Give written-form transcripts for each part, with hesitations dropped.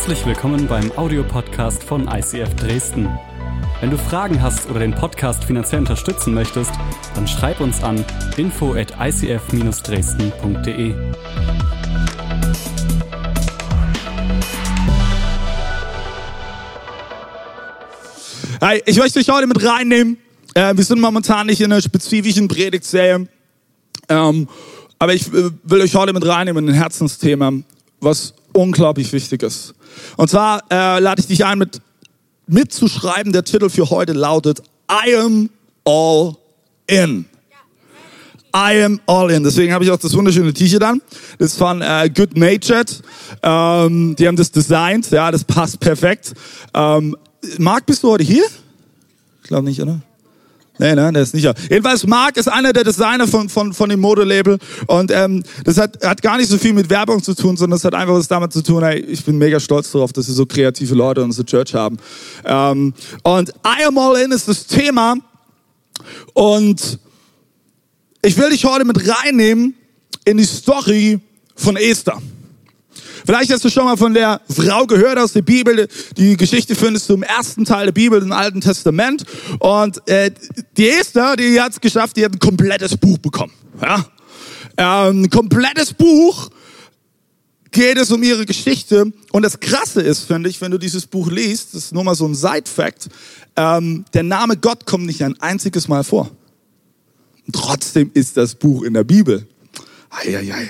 Herzlich willkommen beim Audiopodcast von ICF Dresden. Wenn du Fragen hast oder den Podcast finanziell unterstützen möchtest, dann schreib uns an info@icf-dresden.de. Hey, ich möchte euch heute mit reinnehmen. Wir sind momentan nicht in einer spezifischen Predigtserie, aber ich will euch heute mit reinnehmen in ein Herzensthema, was unglaublich wichtig ist. Und zwar lade ich dich ein, mitzuschreiben. Der Titel für heute lautet I am all in. I am all in. Deswegen habe ich auch das wunderschöne T-Shirt an. Das ist von Good Natured. Die haben das designt. Ja, das passt perfekt. Marc, bist du heute hier? Ich glaube nicht, oder? Nee, der ist nicht hier. Jedenfalls, Marc ist einer der Designer von dem Modelabel. Und das hat gar nicht so viel mit Werbung zu tun, sondern es hat einfach was damit zu tun, hey, ich bin mega stolz darauf, dass wir so kreative Leute in unserer Church haben. Und I am all in ist das Thema. Und ich will dich heute mit reinnehmen in die Story von Esther. Vielleicht hast du schon mal von der Frau gehört aus der Bibel. Die Geschichte findest du im ersten Teil der Bibel, im Alten Testament. Und die Esther, die hat es geschafft, die hat ein komplettes Buch bekommen. Ja? Ein komplettes Buch geht es um ihre Geschichte. Und das Krasse ist, finde ich, wenn du dieses Buch liest, das ist nur mal so ein Side-Fact, der Name Gott kommt nicht ein einziges Mal vor. Und trotzdem ist das Buch in der Bibel. Eieiei.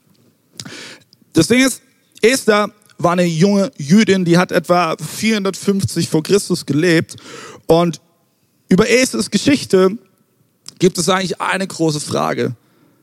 Das Ding ist, Esther war eine junge Jüdin, die hat etwa 450 vor Christus gelebt. Und über Esthers Geschichte gibt es eigentlich eine große Frage.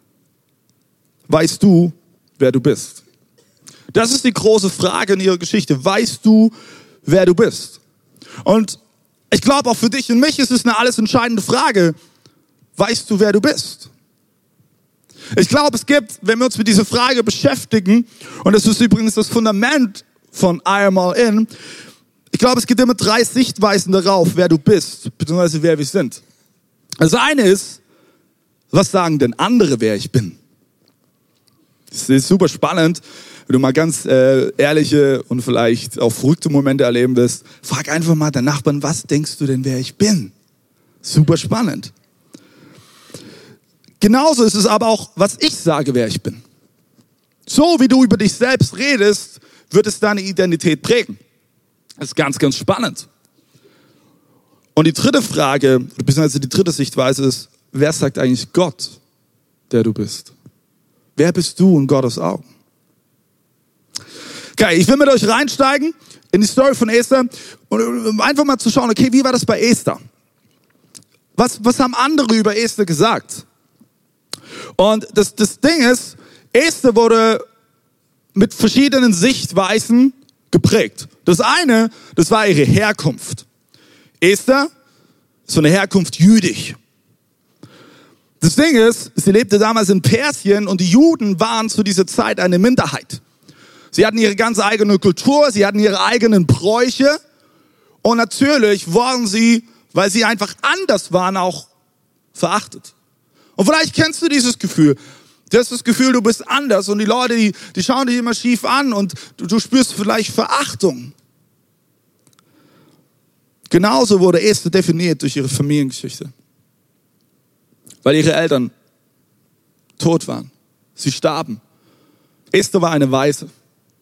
Weißt du, wer du bist? Das ist die große Frage in ihrer Geschichte. Weißt du, wer du bist? Und ich glaube, auch für dich und mich ist es eine alles entscheidende Frage. Weißt du, wer du bist? Ich glaube, es gibt, wenn wir uns mit dieser Frage beschäftigen, und das ist übrigens das Fundament von I am all in, ich glaube, es gibt immer 3 Sichtweisen darauf, wer du bist, beziehungsweise wer wir sind. Das eine ist, was sagen denn andere, wer ich bin? Das ist super spannend, wenn du mal ganz ehrliche und vielleicht auch verrückte Momente erleben willst. Frag einfach mal deinen Nachbarn, was denkst du denn, wer ich bin? Super spannend. Genauso ist es aber auch, was ich sage, wer ich bin. So wie du über dich selbst redest, wird es deine Identität prägen. Das ist ganz, ganz spannend. Und die dritte Frage, beziehungsweise die dritte Sichtweise ist, wer sagt eigentlich Gott, der du bist? Wer bist du in Gottes Augen? Okay, ich will mit euch reinsteigen in die Story von Esther und einfach mal zu schauen, okay, wie war das bei Esther? Was haben andere über Esther gesagt? Und das Ding ist, Esther wurde mit verschiedenen Sichtweisen geprägt. Das eine, das war ihre Herkunft. Esther ist von der Herkunft jüdisch. Das Ding ist, sie lebte damals in Persien und die Juden waren zu dieser Zeit eine Minderheit. Sie hatten ihre ganz eigene Kultur, sie hatten ihre eigenen Bräuche und natürlich wurden sie, weil sie einfach anders waren, auch verachtet. Und vielleicht kennst du dieses Gefühl. Du hast das Gefühl, du bist anders und die Leute, die schauen dich immer schief an und du spürst vielleicht Verachtung. Genauso wurde Esther definiert durch ihre Familiengeschichte. Weil ihre Eltern tot waren. Sie starben. Esther war eine Waise.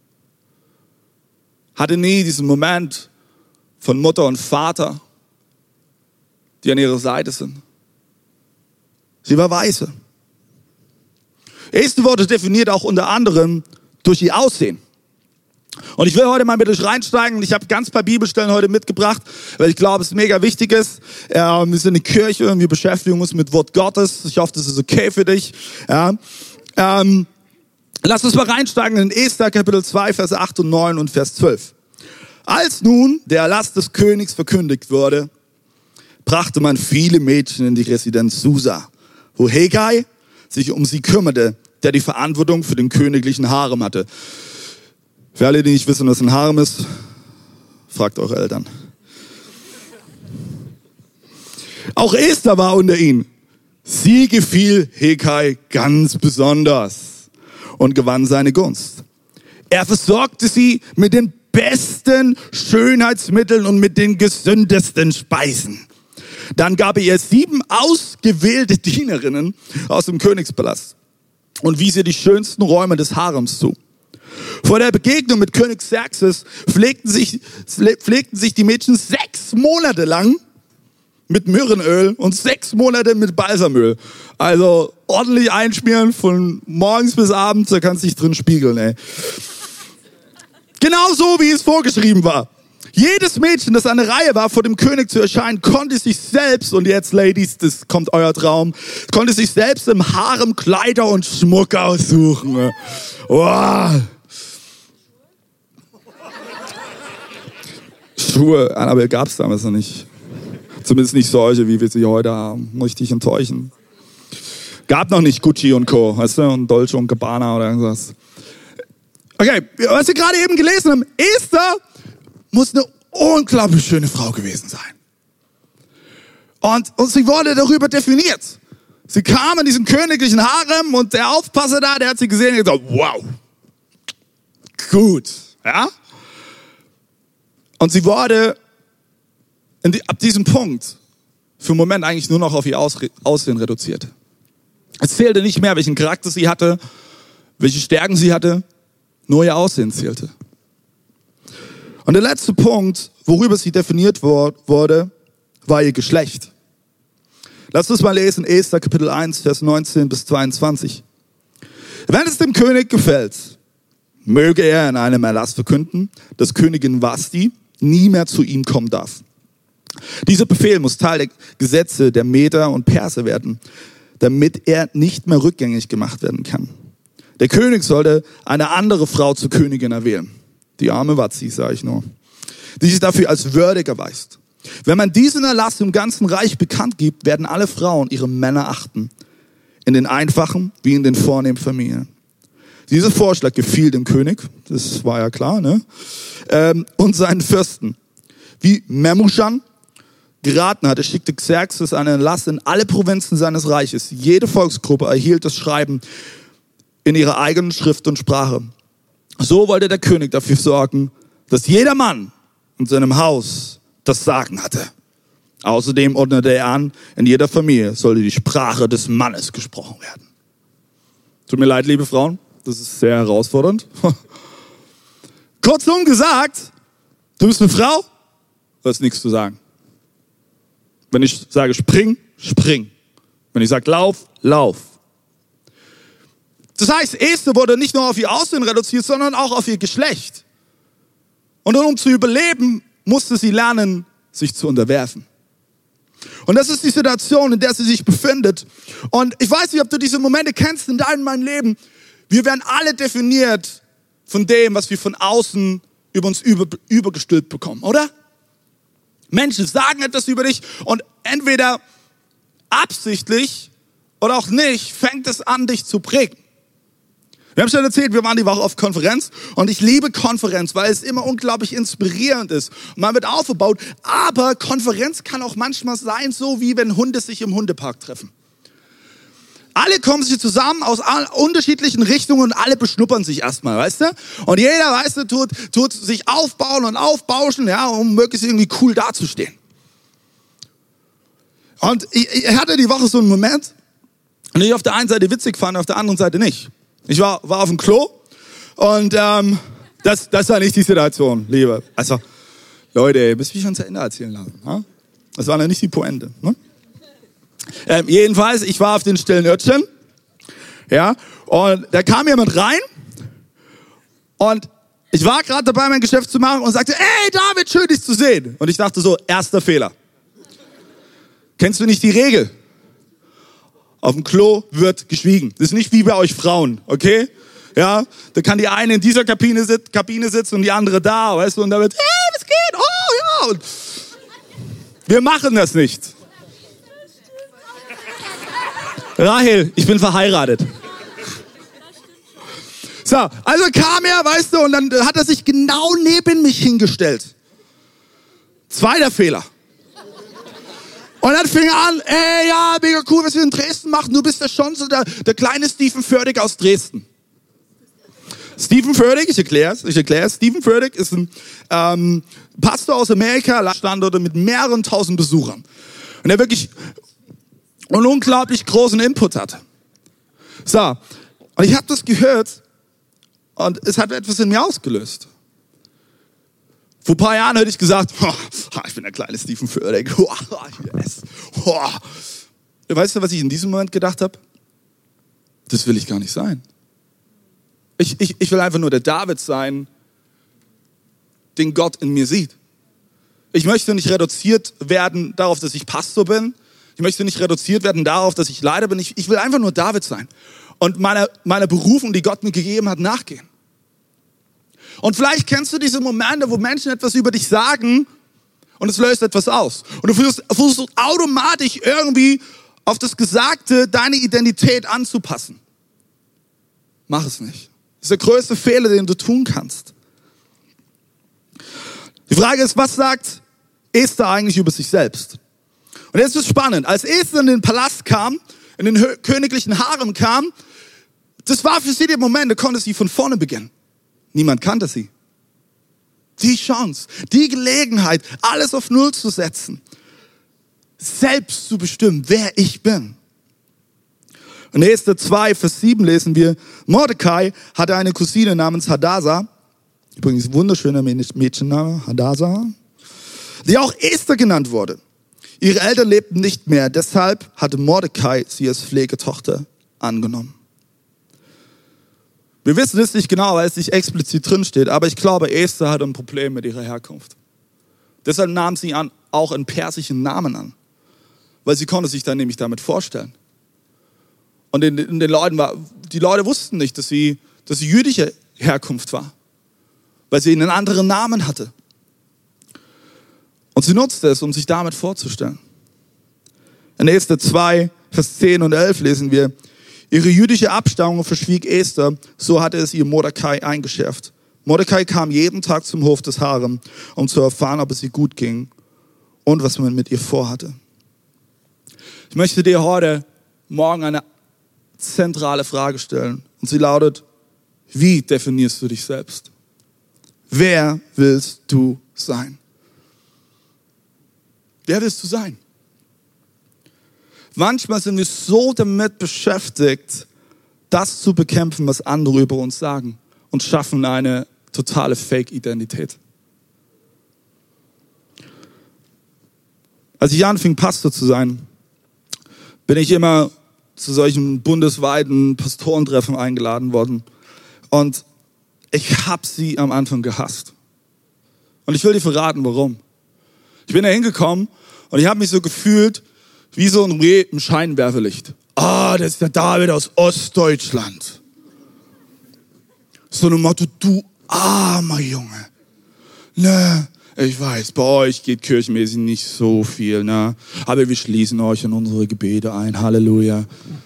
Hatte nie diesen Moment von Mutter und Vater, die an ihrer Seite sind. Sie war Waise. Esther wurde definiert auch unter anderem durch ihr Aussehen. Und ich will heute mal mit euch reinsteigen. Ich habe ganz paar Bibelstellen heute mitgebracht, weil ich glaube, es mega wichtig ist. Wir sind eine Kirche und wir beschäftigen uns mit Wort Gottes. Ich hoffe, das ist okay für dich. Ja. Lass uns mal reinsteigen in Esther Kapitel 2, Vers 8 und 9 und Vers 12. Als nun der Erlass des Königs verkündigt wurde, brachte man viele Mädchen in die Residenz Susa, wo Hegai sich um sie kümmerte, der die Verantwortung für den königlichen Harem hatte. Für alle, die nicht wissen, was ein Harem ist, fragt eure Eltern. Auch Esther war unter ihnen. Sie gefiel Hegai ganz besonders und gewann seine Gunst. Er versorgte sie mit den besten Schönheitsmitteln und mit den gesündesten Speisen. Dann gab er ihr 7 ausgewählte Dienerinnen aus dem Königspalast und wies ihr die schönsten Räume des Harems zu. Vor der Begegnung mit König Xerxes pflegten sich die Mädchen 6 Monate lang mit Myrrhenöl und 6 Monate mit Balsamöl. Also ordentlich einschmieren von morgens bis abends, da kannst du dich drin spiegeln, ey. Genau so, wie es vorgeschrieben war. Jedes Mädchen, das an der Reihe war, vor dem König zu erscheinen, konnte sich selbst, und jetzt, Ladies, das kommt euer Traum, konnte sich selbst im Harem Kleider und Schmuck aussuchen. Wow. Schuhe, Annabelle, gab's damals noch nicht. Zumindest nicht solche, wie wir sie heute haben. Muss ich dich enttäuschen. Gab noch nicht Gucci und Co., weißt du, und Dolce und Gabbana oder irgendwas. Okay, was wir gerade eben gelesen haben, Esther muss eine unglaublich schöne Frau gewesen sein. Und sie wurde darüber definiert. Sie kam in diesen königlichen Harem und der Aufpasser da, der hat sie gesehen und gesagt, wow, gut, ja. Und sie wurde ab diesem Punkt für einen Moment eigentlich nur noch auf ihr Aussehen reduziert. Es zählte nicht mehr, welchen Charakter sie hatte, welche Stärken sie hatte, nur ihr Aussehen zählte. Und der letzte Punkt, worüber sie definiert wurde, war ihr Geschlecht. Lasst uns mal lesen, Esther Kapitel 1, Vers 19 bis 22. Wenn es dem König gefällt, möge er in einem Erlass verkünden, dass Königin Vashti nie mehr zu ihm kommen darf. Dieser Befehl muss Teil der Gesetze der Meder und Perser werden, damit er nicht mehr rückgängig gemacht werden kann. Der König sollte eine andere Frau zur Königin erwählen. Die arme Vashti, sage ich nur, die sich dafür als würdig erweist. Wenn man diesen Erlass im ganzen Reich bekannt gibt, werden alle Frauen ihre Männer achten. In den einfachen wie in den vornehmen Familien. Dieser Vorschlag gefiel dem König, das war ja klar, ne? Und seinen Fürsten. Wie Memuschan geraten hatte, schickte Xerxes einen Erlass in alle Provinzen seines Reiches. Jede Volksgruppe erhielt das Schreiben in ihrer eigenen Schrift und Sprache. So wollte der König dafür sorgen, dass jeder Mann in seinem Haus das Sagen hatte. Außerdem ordnete er an, in jeder Familie sollte die Sprache des Mannes gesprochen werden. Tut mir leid, liebe Frauen, das ist sehr herausfordernd. Kurzum gesagt, du bist eine Frau, du hast nichts zu sagen. Wenn ich sage spring, spring. Wenn ich sage lauf, lauf. Das heißt, Esther wurde nicht nur auf ihr Aussehen reduziert, sondern auch auf ihr Geschlecht. Und um zu überleben, musste sie lernen, sich zu unterwerfen. Und das ist die Situation, in der sie sich befindet. Und ich weiß nicht, ob du diese Momente kennst in deinem, meinem Leben. Wir werden alle definiert von dem, was wir von außen über uns übergestülpt bekommen, oder? Menschen sagen etwas über dich und entweder absichtlich oder auch nicht, fängt es an, dich zu prägen. Wir haben schon erzählt, wir waren die Woche auf Konferenz und ich liebe Konferenz, weil es immer unglaublich inspirierend ist. Und man wird aufgebaut, aber Konferenz kann auch manchmal sein, so wie wenn Hunde sich im Hundepark treffen. Alle kommen sich zusammen aus unterschiedlichen Richtungen und alle beschnuppern sich erstmal, weißt du? Und jeder, weißt du, tut sich aufbauen und aufbauschen, ja, um möglichst irgendwie cool dazustehen. Und ich hatte die Woche so einen Moment, den ich auf der einen Seite witzig fand, auf der anderen Seite nicht. Ich war auf dem Klo und das war nicht die Situation, Liebe. Also, Leute, ihr müsst mich schon zu Ende erzählen lassen. Ja? Das war noch nicht die Pointe. Ne? Jedenfalls, ich war auf den stillen Örtchen. Ja, und da kam jemand rein und ich war gerade dabei, mein Geschäft zu machen und sagte, ey David, schön dich zu sehen. Und ich dachte so, erster Fehler. Kennst du nicht die Regel? Auf dem Klo wird geschwiegen. Das ist nicht wie bei euch Frauen, okay? Ja, da kann die eine in dieser Kabine sitzen und die andere da, weißt du? Und da wird, hey, was geht? Oh, ja. Und wir machen das nicht. Rahel, ich bin verheiratet. So, also kam er, weißt du, und dann hat er sich genau neben mich hingestellt. Zweiter Fehler. Und dann fing er an, ey, ja, mega cool, was wir in Dresden machen. Du bist ja schon so der kleine Stephen Fördig aus Dresden. Stephen Furtick, ich erkläre es. Stephen Furtick ist ein Pastor aus Amerika, Standorte mit mehreren tausend Besuchern. Und der wirklich einen unglaublich großen Input hat. So, und ich habe das gehört und es hat etwas in mir ausgelöst. Vor ein paar Jahren hätte ich gesagt, ich bin der kleine Stephen Furtick. Yes. Weißt du, was ich in diesem Moment gedacht habe? Das will ich gar nicht sein. Ich will einfach nur der David sein, den Gott in mir sieht. Ich möchte nicht reduziert werden darauf, dass ich Pastor bin. Ich möchte nicht reduziert werden darauf, dass ich Leiter bin. Ich will einfach nur David sein und meiner Berufung, die Gott mir gegeben hat, nachgehen. Und vielleicht kennst du diese Momente, wo Menschen etwas über dich sagen und es löst etwas aus. Und du versuchst automatisch irgendwie auf das Gesagte deine Identität anzupassen. Mach es nicht. Das ist der größte Fehler, den du tun kannst. Die Frage ist, was sagt Esther eigentlich über sich selbst? Und jetzt ist es spannend. Als Esther in den Palast kam, in den königlichen Harem kam, das war für sie der Moment, da konnte sie von vorne beginnen. Niemand kannte sie. Die Chance, die Gelegenheit, alles auf Null zu setzen. Selbst zu bestimmen, wer ich bin. In Esther 2, Vers 7 lesen wir, Mordecai hatte eine Cousine namens Hadassah, übrigens wunderschöner Mädchenname, Hadassah, die auch Esther genannt wurde. Ihre Eltern lebten nicht mehr, deshalb hatte Mordecai sie als Pflegetochter angenommen. Wir wissen es nicht genau, weil es nicht explizit drin steht, aber ich glaube, Esther hatte ein Problem mit ihrer Herkunft. Deshalb nahm sie auch einen persischen Namen an, weil sie konnte sich dann nämlich damit vorstellen. Und die Leute wussten nicht, dass sie jüdische Herkunft war, weil sie einen anderen Namen hatte. Und sie nutzte es, um sich damit vorzustellen. In Esther 2, Vers 10 und 11 lesen wir, ihre jüdische Abstammung verschwieg Esther, so hatte es ihr Mordecai eingeschärft. Mordecai kam jeden Tag zum Hof des Harem, um zu erfahren, ob es ihr gut ging und was man mit ihr vorhatte. Ich möchte dir heute Morgen eine zentrale Frage stellen. Und sie lautet, wie definierst du dich selbst? Wer willst du sein? Wer willst du sein? Manchmal sind wir so damit beschäftigt, das zu bekämpfen, was andere über uns sagen und schaffen eine totale Fake-Identität. Als ich anfing, Pastor zu sein, bin ich immer zu solchen bundesweiten Pastorentreffen eingeladen worden. Und ich habe sie am Anfang gehasst. Und ich will dir verraten, warum. Ich bin da hingekommen und ich habe mich so gefühlt wie so ein Reh im Scheinwerferlicht. Das ist der David aus Ostdeutschland. So ein Motto, du armer Junge. Ne, ich weiß, bei euch geht kirchenmäßig nicht so viel, ne? Aber wir schließen euch in unsere Gebete ein. Halleluja.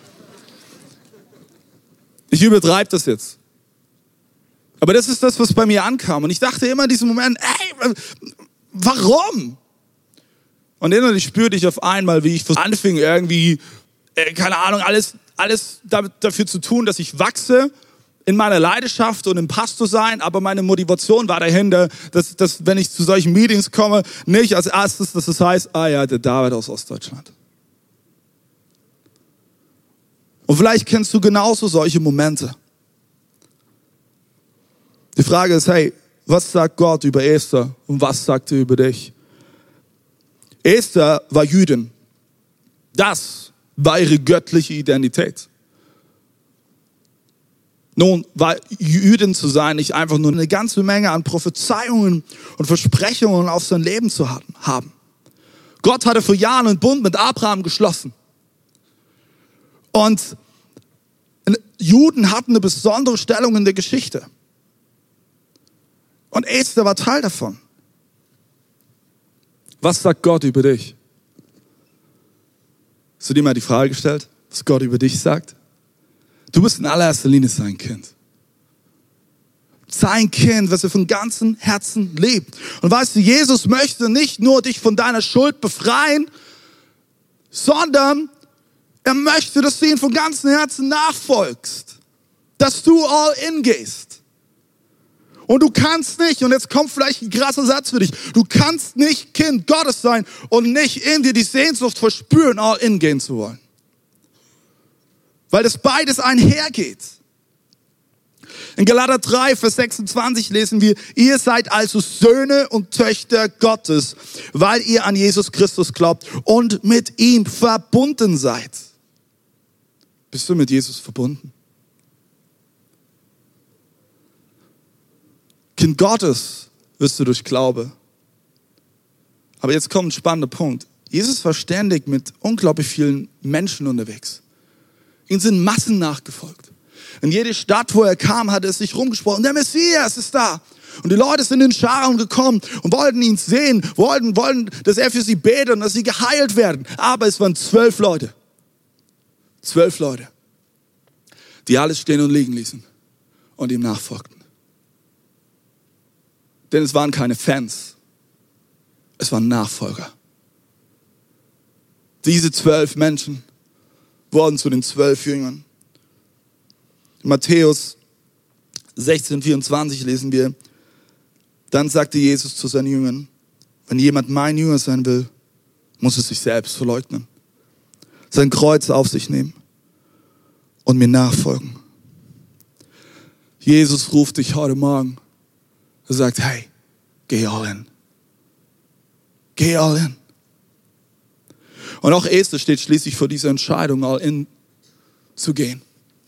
Ich übertreibe das jetzt. Aber das ist das, was bei mir ankam. Und ich dachte immer in diesem Moment, warum? Und innerlich spürte ich auf einmal, wie ich anfing irgendwie, keine Ahnung, alles dafür zu tun, dass ich wachse in meiner Leidenschaft und im Pastor sein, aber meine Motivation war dahinter, dass wenn ich zu solchen Meetings komme, nicht als erstes, dass es heißt, der David aus Ostdeutschland. Und vielleicht kennst du genauso solche Momente. Die Frage ist, was sagt Gott über Esther und was sagt er über dich? Esther war Jüdin. Das war ihre göttliche Identität. Nun, war Jüdin zu sein nicht einfach nur eine ganze Menge an Prophezeiungen und Versprechungen auf sein Leben zu haben. Gott hatte vor Jahren einen Bund mit Abraham geschlossen. Und Juden hatten eine besondere Stellung in der Geschichte. Und Esther war Teil davon. Was sagt Gott über dich? Hast du dir mal die Frage gestellt, was Gott über dich sagt? Du bist in allererster Linie sein Kind. Sein Kind, was er von ganzem Herzen liebt. Und weißt du, Jesus möchte nicht nur dich von deiner Schuld befreien, sondern er möchte, dass du ihn von ganzem Herzen nachfolgst. Dass du all in gehst. Und du kannst nicht, und jetzt kommt vielleicht ein krasser Satz für dich, du kannst nicht Kind Gottes sein und nicht in dir die Sehnsucht verspüren, all in gehen zu wollen. Weil das beides einhergeht. In Galater 3, Vers 26 lesen wir, ihr seid also Söhne und Töchter Gottes, weil ihr an Jesus Christus glaubt und mit ihm verbunden seid. Bist du mit Jesus verbunden? Kind Gottes wirst du durch Glaube. Aber jetzt kommt ein spannender Punkt. Jesus war ständig mit unglaublich vielen Menschen unterwegs. Ihm sind Massen nachgefolgt. In jede Stadt, wo er kam, hat er sich rumgesprochen. Der Messias ist da. Und die Leute sind in Scharen gekommen und wollten ihn sehen, wollten, dass er für sie betet und dass sie geheilt werden. Aber es waren 12 Leute. 12 Leute, die alles stehen und liegen ließen und ihm nachfolgten. Denn es waren keine Fans, es waren Nachfolger. Diese 12 Menschen wurden zu den 12 Jüngern. In Matthäus 16,24 lesen wir, dann sagte Jesus zu seinen Jüngern, wenn jemand mein Jünger sein will, muss er sich selbst verleugnen, sein Kreuz auf sich nehmen und mir nachfolgen. Jesus ruft dich heute Morgen. Er sagt, hey, geh all in. Geh all in. Und auch Esther steht schließlich vor dieser Entscheidung, all in zu gehen.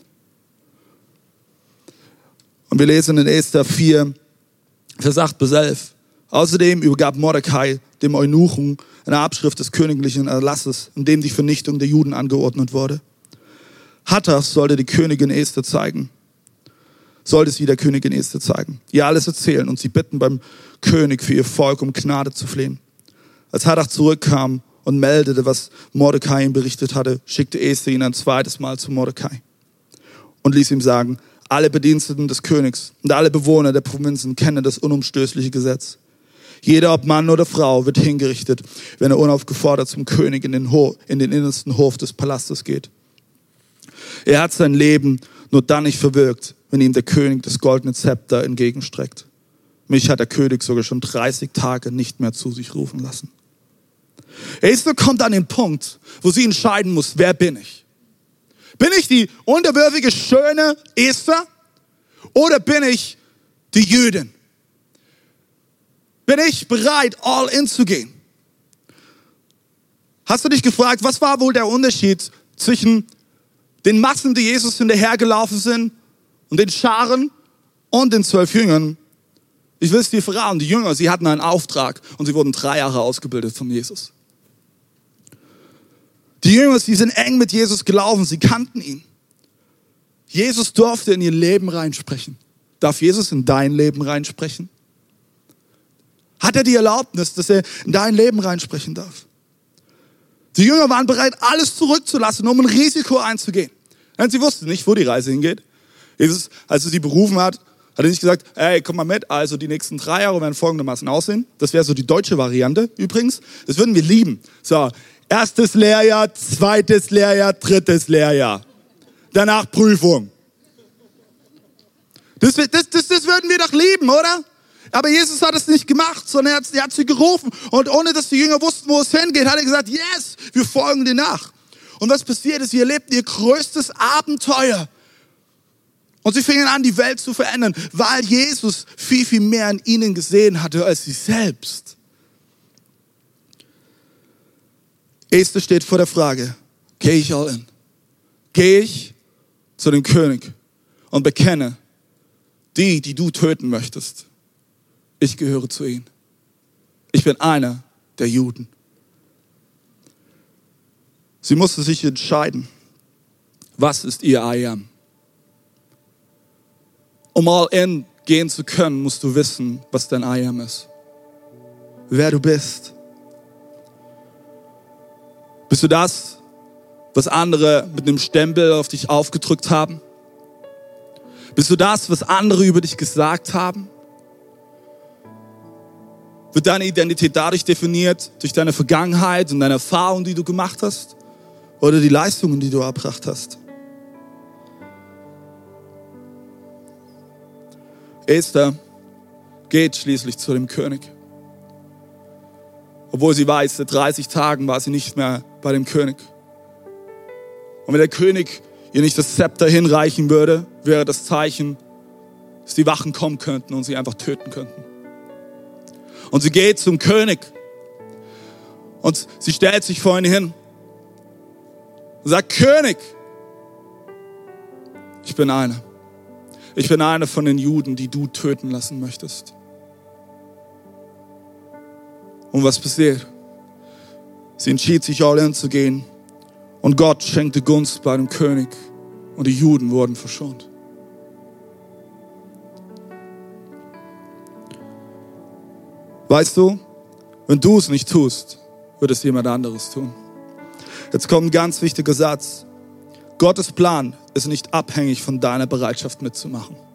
Und wir lesen in Esther 4, Vers 8 bis 11. Außerdem übergab Mordecai dem Eunuchen eine Abschrift des königlichen Erlasses, in dem die Vernichtung der Juden angeordnet wurde. Hattas sollte die Königin Esther zeigen. Sollte sie der Königin Esther zeigen. Ihr alles erzählen und sie bitten beim König für ihr Volk um Gnade zu flehen. Als Hattas zurückkam und meldete, was Mordecai ihm berichtet hatte, schickte Esther ihn ein zweites Mal zu Mordecai und ließ ihm sagen, alle Bediensteten des Königs und alle Bewohner der Provinzen kennen das unumstößliche Gesetz. Jeder, ob Mann oder Frau, wird hingerichtet, wenn er unaufgefordert zum König in den innersten Hof des Palastes geht. Er hat sein Leben nur dann nicht verwirkt, wenn ihm der König das goldene Zepter entgegenstreckt. Mich hat der König sogar schon 30 Tage nicht mehr zu sich rufen lassen. Esther kommt an den Punkt, wo sie entscheiden muss, wer bin ich? Bin ich die unterwürfige, schöne Esther oder bin ich die Jüdin? Bin ich bereit, all in zu gehen? Hast du dich gefragt, was war wohl der Unterschied zwischen den Massen, die Jesus hinterhergelaufen sind und den Scharen und den 12 Jüngern? Ich will es dir verraten, die Jünger, sie hatten einen Auftrag und sie wurden 3 Jahre ausgebildet von Jesus. Die Jünger, sie sind eng mit Jesus gelaufen, sie kannten ihn. Jesus durfte in ihr Leben reinsprechen. Darf Jesus in dein Leben reinsprechen? Hat er die Erlaubnis, dass er in dein Leben reinsprechen darf? Die Jünger waren bereit, alles zurückzulassen, um ein Risiko einzugehen. Denn sie wussten nicht, wo die Reise hingeht. Jesus, als er sie berufen hat, hat er nicht gesagt, hey, komm mal mit, also die nächsten 3 Jahre werden folgendermaßen aussehen. Das wäre so die deutsche Variante übrigens. Das würden wir lieben. So, 1. Lehrjahr, 2. Lehrjahr, 3. Lehrjahr. Danach Prüfung. Das würden wir doch lieben, oder? Aber Jesus hat es nicht gemacht, sondern er hat sie gerufen. Und ohne, dass die Jünger wussten, wo es hingeht, hat er gesagt, yes, wir folgen dir nach. Und was passiert ist, sie erlebten ihr größtes Abenteuer. Und sie fingen an, die Welt zu verändern, weil Jesus viel, viel mehr in ihnen gesehen hatte, als sie selbst. Esther steht vor der Frage, gehe ich all in? Gehe ich zu dem König und bekenne, die du töten möchtest, ich gehöre zu ihnen. Ich bin einer der Juden. Sie musste sich entscheiden, was ist ihr I am? Um all in gehen zu können, musst du wissen, was dein I am ist. Wer du bist. Bist du das, was andere mit einem Stempel auf dich aufgedrückt haben? Bist du das, was andere über dich gesagt haben? Wird deine Identität dadurch definiert, durch deine Vergangenheit und deine Erfahrungen, die du gemacht hast? Oder die Leistungen, die du erbracht hast? Esther geht schließlich zu dem König. Obwohl sie weiß, seit 30 Tagen war sie nicht mehr bei dem König. Und wenn der König ihr nicht das Zepter hinreichen würde, wäre das Zeichen, dass die Wachen kommen könnten und sie einfach töten könnten. Und sie geht zum König und sie stellt sich vor ihn hin und sagt, König, ich bin einer. Ich bin einer von den Juden, die du töten lassen möchtest. Und was passiert? Sie entschied sich, all in zu gehen. Und Gott schenkte Gunst bei dem König. Und die Juden wurden verschont. Weißt du, wenn du es nicht tust, wird es jemand anderes tun. Jetzt kommt ein ganz wichtiger Satz. Gottes Plan ist nicht abhängig von deiner Bereitschaft mitzumachen.